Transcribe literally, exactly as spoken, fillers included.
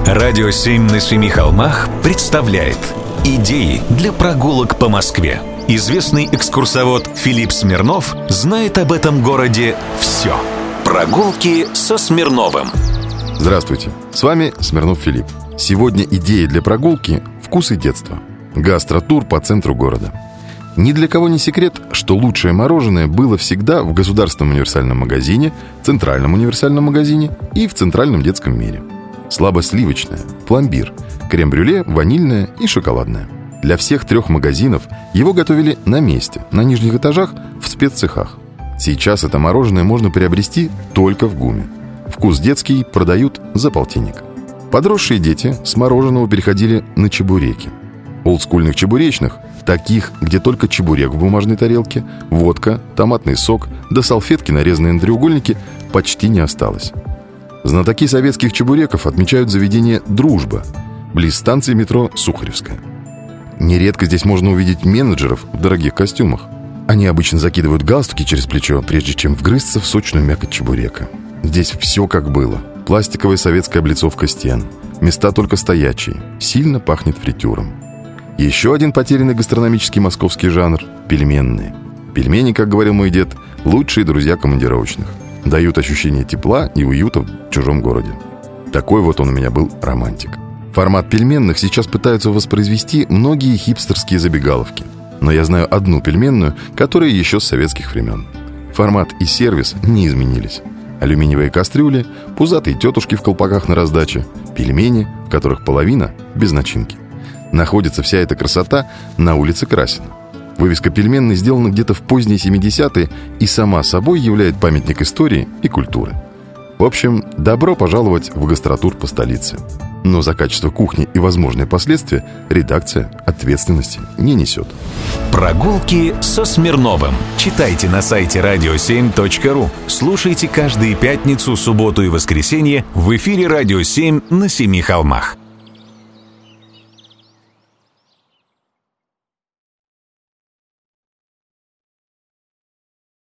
Радио семь на семи холмах представляет идеи для прогулок по Москве. Известный экскурсовод Филипп Смирнов знает об этом городе все. Прогулки со Смирновым. Здравствуйте, с вами Смирнов Филипп. Сегодня идеи для прогулки «Вкусы детства». Гастротур по центру города. Ни для кого не секрет, что лучшее мороженое было всегда в Государственном универсальном магазине, Центральном универсальном магазине и в Центральном детском мире. Слабосливочное, пломбир, крем-брюле, ванильное и шоколадное. Для всех трех магазинов его готовили на месте, на нижних этажах, в спеццехах. Сейчас это мороженое можно приобрести только в ГУМе. «Вкус детский» продают за полтинник. Подросшие дети с мороженого переходили на чебуреки. Олдскульных чебуречных, таких, где только чебурек в бумажной тарелке, водка, томатный сок да салфетки, нарезанные на треугольники, почти не осталось. Знатоки советских чебуреков отмечают заведение «Дружба» близ станции метро Сухаревская. Нередко здесь можно увидеть менеджеров в дорогих костюмах. Они обычно закидывают галстуки через плечо, прежде чем вгрызться в сочную мякоть чебурека. Здесь все как было. Пластиковая советская облицовка стен. Места только стоячие. Сильно пахнет фритюром. Еще один потерянный гастрономический московский жанр – пельменные. Пельмени, как говорил мой дед, лучшие друзья командировочных. Дают ощущение тепла и уюта в чужом городе. Такой вот он у меня был романтик. Формат пельменных сейчас пытаются воспроизвести многие хипстерские забегаловки. Но я знаю одну пельменную, которая еще с советских времен. Формат и сервис не изменились. Алюминиевые кастрюли, пузатые тетушки в колпаках на раздаче, пельмени, в которых половина без начинки. Находится вся эта красота на улице Красина. Вывеска пельменной сделана где-то в поздние семидесятые и сама собой является памятник истории и культуры. В общем, добро пожаловать в гастротур по столице. Но за качество кухни и возможные последствия редакция ответственности не несет. Прогулки со Смирновым. Читайте на сайте радио семь точка ру. Слушайте каждые пятницу, субботу и воскресенье в эфире «Радио семь» на Семи холмах.